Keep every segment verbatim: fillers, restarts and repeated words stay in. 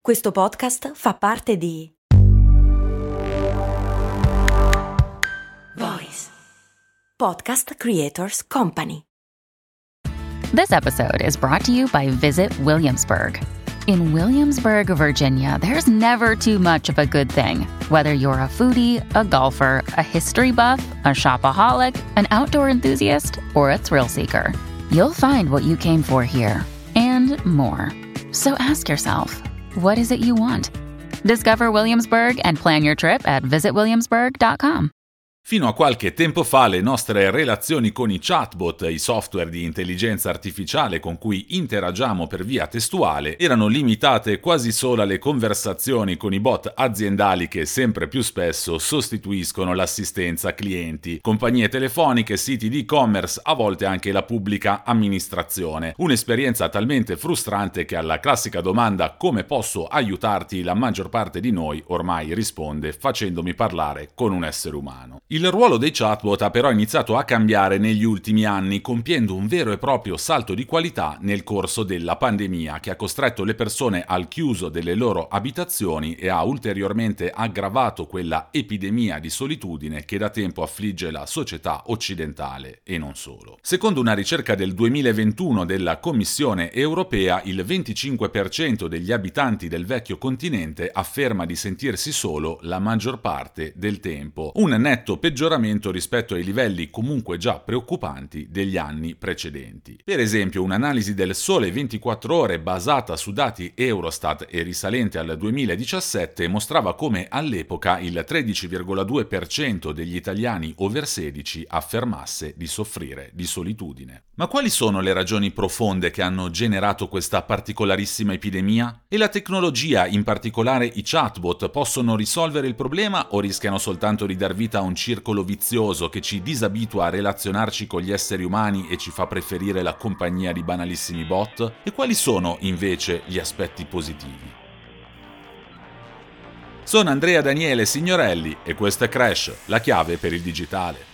Questo podcast fa parte di Voice Podcast Creators Company. This episode is brought to you by Visit Williamsburg. In Williamsburg, Virginia, there's never too much of a good thing. Whether you're a foodie, a golfer, a history buff, a shopaholic, an outdoor enthusiast, or a thrill seeker, you'll find what you came for here and more. So ask yourself, what is it you want? Discover Williamsburg and plan your trip at visit williamsburg dot com. Fino a qualche tempo fa le nostre relazioni con i chatbot, i software di intelligenza artificiale con cui interagiamo per via testuale, erano limitate quasi solo alle conversazioni con i bot aziendali che sempre più spesso sostituiscono l'assistenza clienti, compagnie telefoniche, siti di e-commerce, a volte anche la pubblica amministrazione. Un'esperienza talmente frustrante che alla classica domanda "come posso aiutarti?" la maggior parte di noi ormai risponde facendomi parlare con un essere umano. Il ruolo dei chatbot ha però iniziato a cambiare negli ultimi anni, compiendo un vero e proprio salto di qualità nel corso della pandemia, che ha costretto le persone al chiuso delle loro abitazioni e ha ulteriormente aggravato quella epidemia di solitudine che da tempo affligge la società occidentale e non solo. Secondo una ricerca del duemilaventuno della Commissione europea, il venticinque per cento degli abitanti del vecchio continente afferma di sentirsi solo la maggior parte del tempo, un netto peggioramento rispetto ai livelli comunque già preoccupanti degli anni precedenti. Per esempio, un'analisi del Sole ventiquattro Ore basata su dati Eurostat e risalente al duemiladiciassette mostrava come all'epoca il tredici virgola due per cento degli italiani over sedici affermasse di soffrire di solitudine. Ma quali sono le ragioni profonde che hanno generato questa particolarissima epidemia? E la tecnologia, in particolare i chatbot, possono risolvere il problema o rischiano soltanto di dar vita a un circolo vizioso che ci disabitua a relazionarci con gli esseri umani e ci fa preferire la compagnia di banalissimi bot? E quali sono invece gli aspetti positivi? Sono Andrea Daniele Signorelli e questo è Crash, la chiave per il digitale.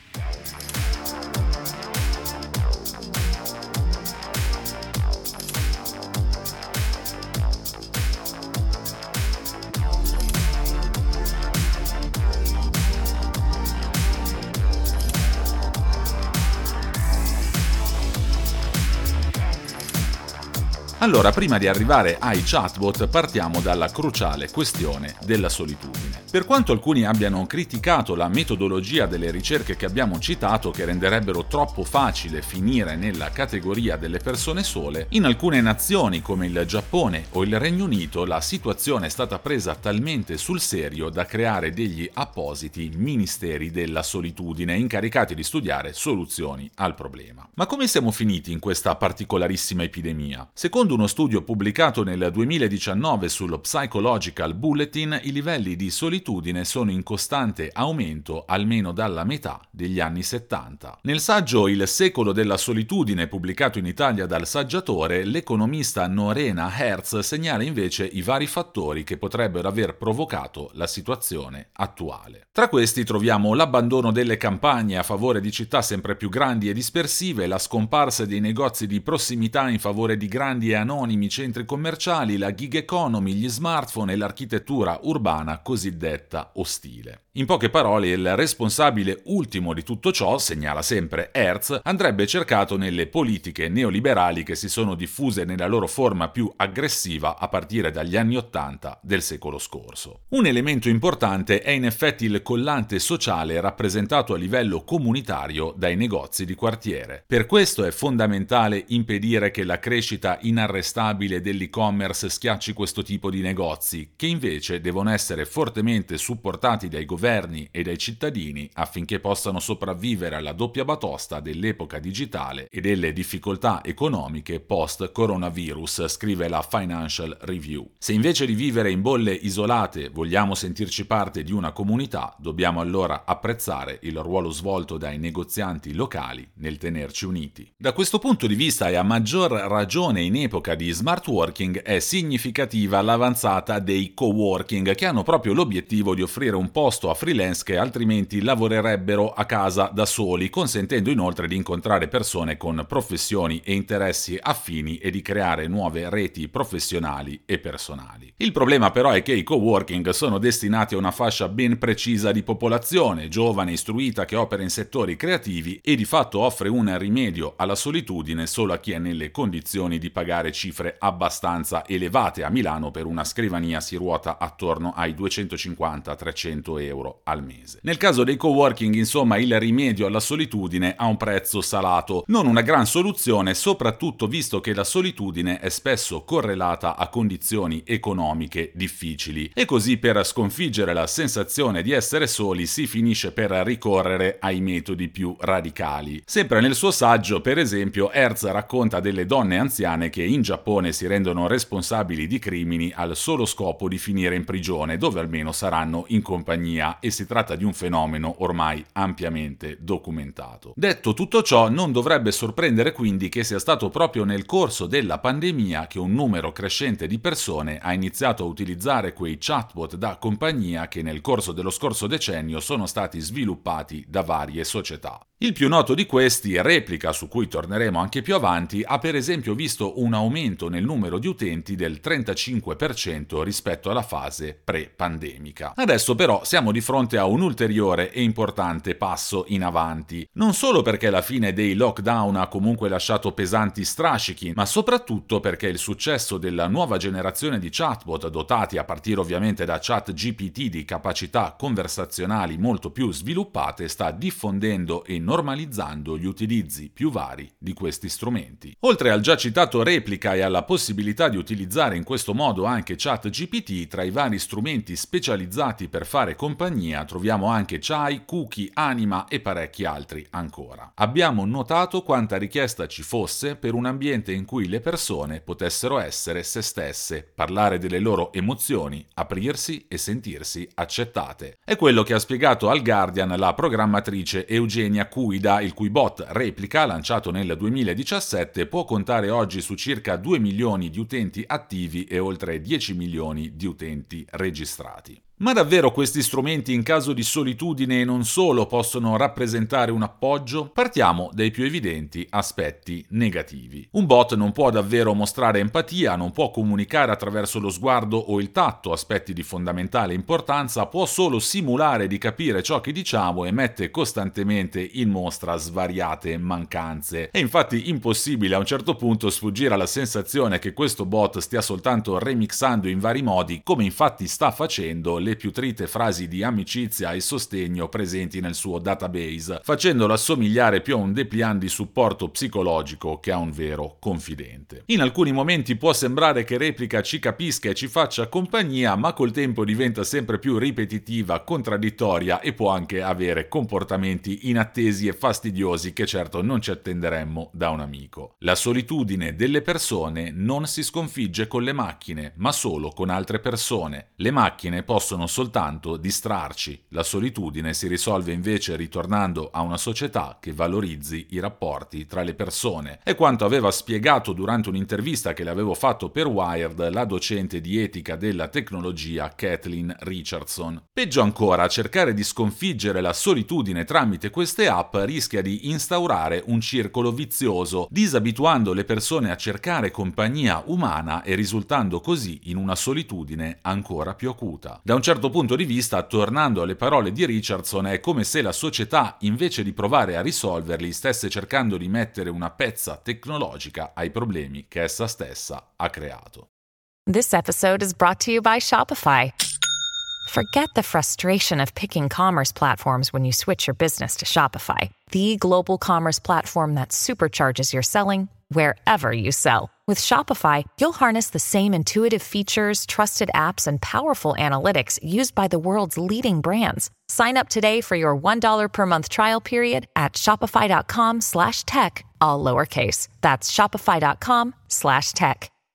Allora, prima di arrivare ai chatbot, partiamo dalla cruciale questione della solitudine. Per quanto alcuni abbiano criticato la metodologia delle ricerche che abbiamo citato, che renderebbero troppo facile finire nella categoria delle persone sole, in alcune nazioni come il Giappone o il Regno Unito la situazione è stata presa talmente sul serio da creare degli appositi ministeri della solitudine incaricati di studiare soluzioni al problema. Ma come siamo finiti in questa particolarissima epidemia? Secondo uno studio pubblicato nel duemiladiciannove sullo Psychological Bulletin, i livelli di solitudine sono in costante aumento almeno dalla metà degli anni settanta. Nel saggio Il secolo della solitudine, pubblicato in Italia dal Saggiatore, l'economista Norena Herz segnala invece i vari fattori che potrebbero aver provocato la situazione attuale. Tra questi troviamo l'abbandono delle campagne a favore di città sempre più grandi e dispersive, la scomparsa dei negozi di prossimità in favore di grandi e anonimi centri commerciali, la gig economy, gli smartphone e l'architettura urbana cosiddetta ostile. In poche parole, il responsabile ultimo di tutto ciò, segnala sempre Herz, andrebbe cercato nelle politiche neoliberali che si sono diffuse nella loro forma più aggressiva a partire dagli anni Ottanta del secolo scorso. Un elemento importante è in effetti il collante sociale rappresentato a livello comunitario dai negozi di quartiere. Per questo è fondamentale impedire che la crescita inarrestabile dell'e-commerce schiacci questo tipo di negozi, che invece devono essere fortemente supportati dai governi e dai cittadini affinché possano sopravvivere alla doppia batosta dell'epoca digitale e delle difficoltà economiche post-coronavirus, scrive la Financial Review. Se invece di vivere in bolle isolate vogliamo sentirci parte di una comunità, dobbiamo allora apprezzare il ruolo svolto dai negozianti locali nel tenerci uniti. Da questo punto di vista, e a maggior ragione in epoca nell'epoca di smart working è significativa l'avanzata dei coworking, che hanno proprio l'obiettivo di offrire un posto a freelance che altrimenti lavorerebbero a casa da soli, consentendo inoltre di incontrare persone con professioni e interessi affini e di creare nuove reti professionali e personali. Il problema però è che i coworking sono destinati a una fascia ben precisa di popolazione, giovane, istruita, che opera in settori creativi e di fatto offre un rimedio alla solitudine solo a chi è nelle condizioni di pagare cifre abbastanza elevate. A Milano per una scrivania si ruota attorno ai duecentocinquanta trecento euro al mese. Nel caso dei coworking, insomma, il rimedio alla solitudine ha un prezzo salato, non una gran soluzione, soprattutto visto che la solitudine è spesso correlata a condizioni economiche difficili, e così per sconfiggere la sensazione di essere soli si finisce per ricorrere ai metodi più radicali. Sempre nel suo saggio, per esempio, Herz racconta delle donne anziane che in Giappone si rendono responsabili di crimini al solo scopo di finire in prigione, dove almeno saranno in compagnia, e si tratta di un fenomeno ormai ampiamente documentato. Detto tutto ciò, non dovrebbe sorprendere quindi che sia stato proprio nel corso della pandemia che un numero crescente di persone ha iniziato a utilizzare quei chatbot da compagnia che nel corso dello scorso decennio sono stati sviluppati da varie società. Il più noto di questi, Replica, su cui torneremo anche più avanti, ha per esempio visto un aumento nel numero di utenti del trentacinque per cento rispetto alla fase pre-pandemica. Adesso però siamo di fronte a un ulteriore e importante passo in avanti, non solo perché la fine dei lockdown ha comunque lasciato pesanti strascichi, ma soprattutto perché il successo della nuova generazione di chatbot, dotati a partire ovviamente da ChatGPT di capacità conversazionali molto più sviluppate, sta diffondendo e normalizzando gli utilizzi più vari di questi strumenti. Oltre al già citato Replica e alla possibilità di utilizzare in questo modo anche ChatGPT, tra i vari strumenti specializzati per fare compagnia troviamo anche Chai, Cookie, Anima e parecchi altri ancora. Abbiamo notato quanta richiesta ci fosse per un ambiente in cui le persone potessero essere se stesse, parlare delle loro emozioni, aprirsi e sentirsi accettate. È quello che ha spiegato al Guardian la programmatrice Eugenia Cuida, il cui bot Replica, lanciato nel duemiladiciassette, può contare oggi su circa due milioni di utenti attivi e oltre dieci milioni di utenti registrati. Ma davvero questi strumenti in caso di solitudine e non solo possono rappresentare un appoggio? Partiamo dai più evidenti aspetti negativi. Un bot non può davvero mostrare empatia, non può comunicare attraverso lo sguardo o il tatto, aspetti di fondamentale importanza, può solo simulare di capire ciò che diciamo e mette costantemente in mostra svariate mancanze. È infatti impossibile a un certo punto sfuggire alla sensazione che questo bot stia soltanto remixando in vari modi, come infatti sta facendo, le più trite frasi di amicizia e sostegno presenti nel suo database, facendolo assomigliare più a un dépliant di supporto psicologico che a un vero confidente. In alcuni momenti può sembrare che Replica ci capisca e ci faccia compagnia, ma col tempo diventa sempre più ripetitiva, contraddittoria e può anche avere comportamenti inattesi e fastidiosi che certo non ci attenderemmo da un amico. La solitudine delle persone non si sconfigge con le macchine, ma solo con altre persone. Le macchine possono soltanto distrarci. La solitudine si risolve invece ritornando a una società che valorizzi i rapporti tra le persone. È quanto aveva spiegato durante un'intervista che le avevo fatto per Wired la docente di etica della tecnologia Kathleen Richardson. Peggio ancora, cercare di sconfiggere la solitudine tramite queste app rischia di instaurare un circolo vizioso, disabituando le persone a cercare compagnia umana e risultando così in una solitudine ancora più acuta. Da un certo punto di vista, tornando alle parole di Richardson, è come se la società, invece di provare a risolverli, stesse cercando di mettere una pezza tecnologica ai problemi che essa stessa ha creato. This episode is brought to you by Shopify. Forget the frustration of picking commerce platforms when you switch your business to Shopify, the global commerce platform that supercharges your selling wherever you sell. With Shopify, you'll harness the same intuitive features, trusted apps, and powerful analytics used by the world's leading brands. Sign up today for your one dollar per month trial period at shopify.com slash tech, all lowercase. That's shopify.com slash tech.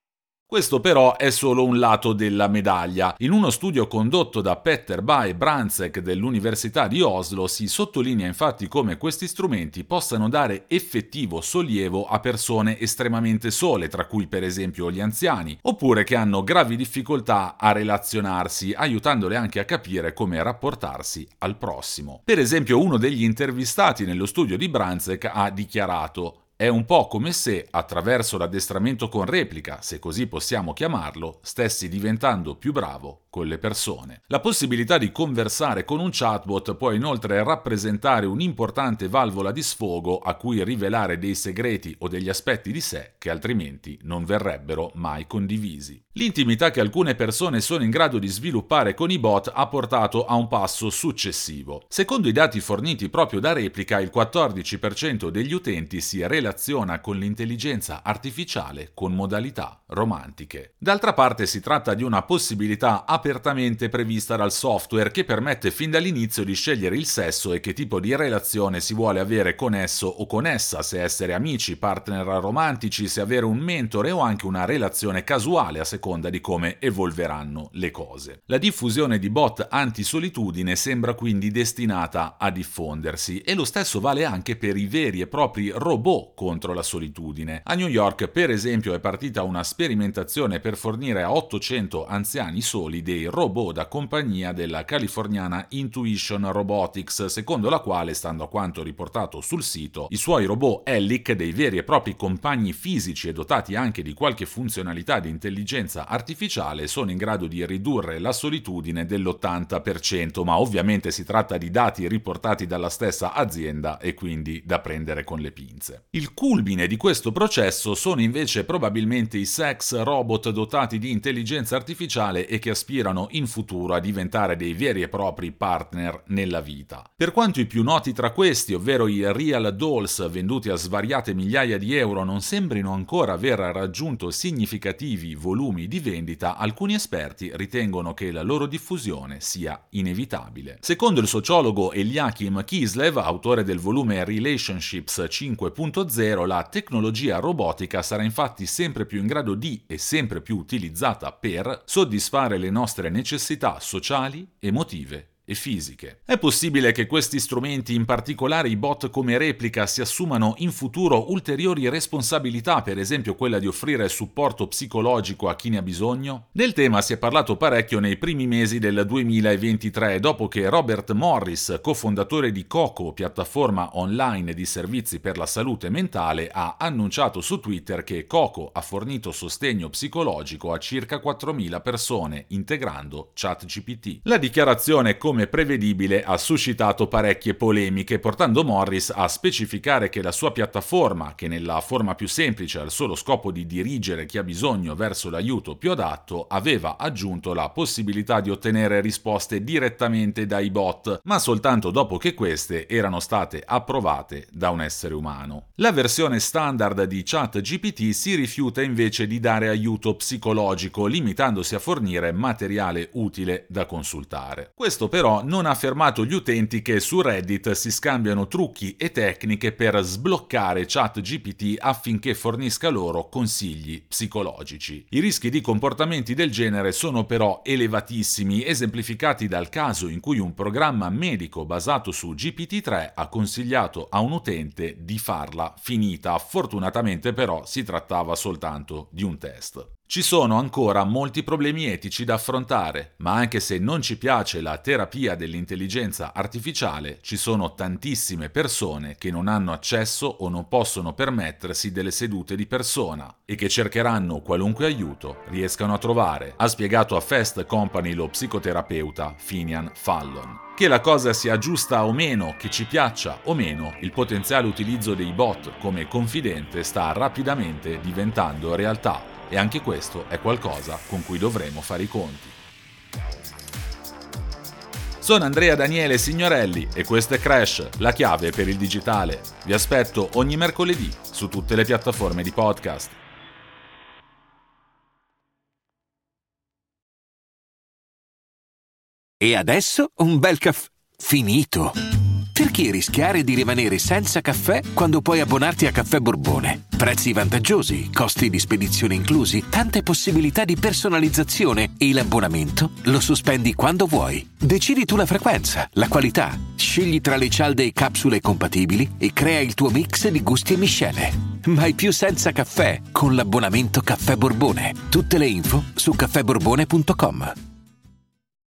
Questo però è solo un lato della medaglia. In uno studio condotto da Petter Bay Brandtzæg dell'Università di Oslo si sottolinea infatti come questi strumenti possano dare effettivo sollievo a persone estremamente sole, tra cui per esempio gli anziani, oppure che hanno gravi difficoltà a relazionarsi, aiutandole anche a capire come rapportarsi al prossimo. Per esempio, uno degli intervistati nello studio di Brandtzæg ha dichiarato: è un po' come se, attraverso l'addestramento con replica, se così possiamo chiamarlo, stessi diventando più bravo con le persone. La possibilità di conversare con un chatbot può inoltre rappresentare un'importante valvola di sfogo a cui rivelare dei segreti o degli aspetti di sé che altrimenti non verrebbero mai condivisi. L'intimità che alcune persone sono in grado di sviluppare con i bot ha portato a un passo successivo. Secondo i dati forniti proprio da Replica, il quattordici per cento degli utenti si relaziona con l'intelligenza artificiale con modalità romantiche. D'altra parte si tratta di una possibilità apertamente prevista dal software che permette fin dall'inizio di scegliere il sesso e che tipo di relazione si vuole avere con esso o con essa, se essere amici, partner romantici, se avere un mentore o anche una relazione casuale a seconda di come evolveranno le cose. La diffusione di bot anti-solitudine sembra quindi destinata a diffondersi e lo stesso vale anche per i veri e propri robot contro la solitudine. A New York, per esempio, è partita una sperimentazione per fornire a ottocento anziani soli dei robot da compagnia della californiana Intuition Robotics, secondo la quale, stando a quanto riportato sul sito, i suoi robot Ellic, dei veri e propri compagni fisici e dotati anche di qualche funzionalità di intelligenza artificiale, sono in grado di ridurre la solitudine dell'ottanta per cento, ma ovviamente si tratta di dati riportati dalla stessa azienda e quindi da prendere con le pinze. Il culmine di questo processo sono invece probabilmente i sex robot dotati di intelligenza artificiale e che aspirano in futuro a diventare dei veri e propri partner nella vita. Per quanto i più noti tra questi, ovvero i Real Dolls venduti a svariate migliaia di euro, non sembrino ancora aver raggiunto significativi volumi di vendita, alcuni esperti ritengono che la loro diffusione sia inevitabile. Secondo il sociologo Eliakim Kislev, autore del volume Relationships cinque punto zero, la tecnologia robotica sarà infatti sempre più in grado di e sempre più utilizzata per soddisfare le nostre necessità sociali, emotive e fisiche. È possibile che questi strumenti, in particolare i bot come Replica, si assumano in futuro ulteriori responsabilità, per esempio quella di offrire supporto psicologico a chi ne ha bisogno? Del tema si è parlato parecchio nei primi mesi del duemilaventitré, dopo che Robert Morris, cofondatore di Coco, piattaforma online di servizi per la salute mentale, ha annunciato su Twitter che Coco ha fornito sostegno psicologico a circa quattromila persone, integrando ChatGPT. La dichiarazione, come prevedibile, ha suscitato parecchie polemiche, portando Morris a specificare che la sua piattaforma, che nella forma più semplice ha il solo scopo di dirigere chi ha bisogno verso l'aiuto più adatto, aveva aggiunto la possibilità di ottenere risposte direttamente dai bot, ma soltanto dopo che queste erano state approvate da un essere umano. La versione standard di ChatGPT si rifiuta invece di dare aiuto psicologico, limitandosi a fornire materiale utile da consultare. Questo però non ha fermato gli utenti che su Reddit si scambiano trucchi e tecniche per sbloccare ChatGPT affinché fornisca loro consigli psicologici. I rischi di comportamenti del genere sono però elevatissimi, esemplificati dal caso in cui un programma medico basato su G P T tre ha consigliato a un utente di farla finita. Fortunatamente però si trattava soltanto di un test. Ci sono ancora molti problemi etici da affrontare, ma anche se non ci piace la terapia dell'intelligenza artificiale, ci sono tantissime persone che non hanno accesso o non possono permettersi delle sedute di persona e che cercheranno qualunque aiuto riescano a trovare, ha spiegato a Fast Company lo psicoterapeuta Finian Fallon. Che la cosa sia giusta o meno, che ci piaccia o meno, il potenziale utilizzo dei bot come confidente sta rapidamente diventando realtà. E anche questo è qualcosa con cui dovremo fare i conti. Sono Andrea Daniele Signorelli e questo è Crash, la chiave per il digitale. Vi aspetto ogni mercoledì su tutte le piattaforme di podcast. E adesso un bel caffè finito. Perché rischiare di rimanere senza caffè quando puoi abbonarti a Caffè Borbone? Prezzi vantaggiosi, costi di spedizione inclusi, tante possibilità di personalizzazione e l'abbonamento lo sospendi quando vuoi. Decidi tu la frequenza, la qualità, scegli tra le cialde e capsule compatibili e crea il tuo mix di gusti e miscele. Mai più senza caffè con l'abbonamento Caffè Borbone. Tutte le info su caffè borbone punto com.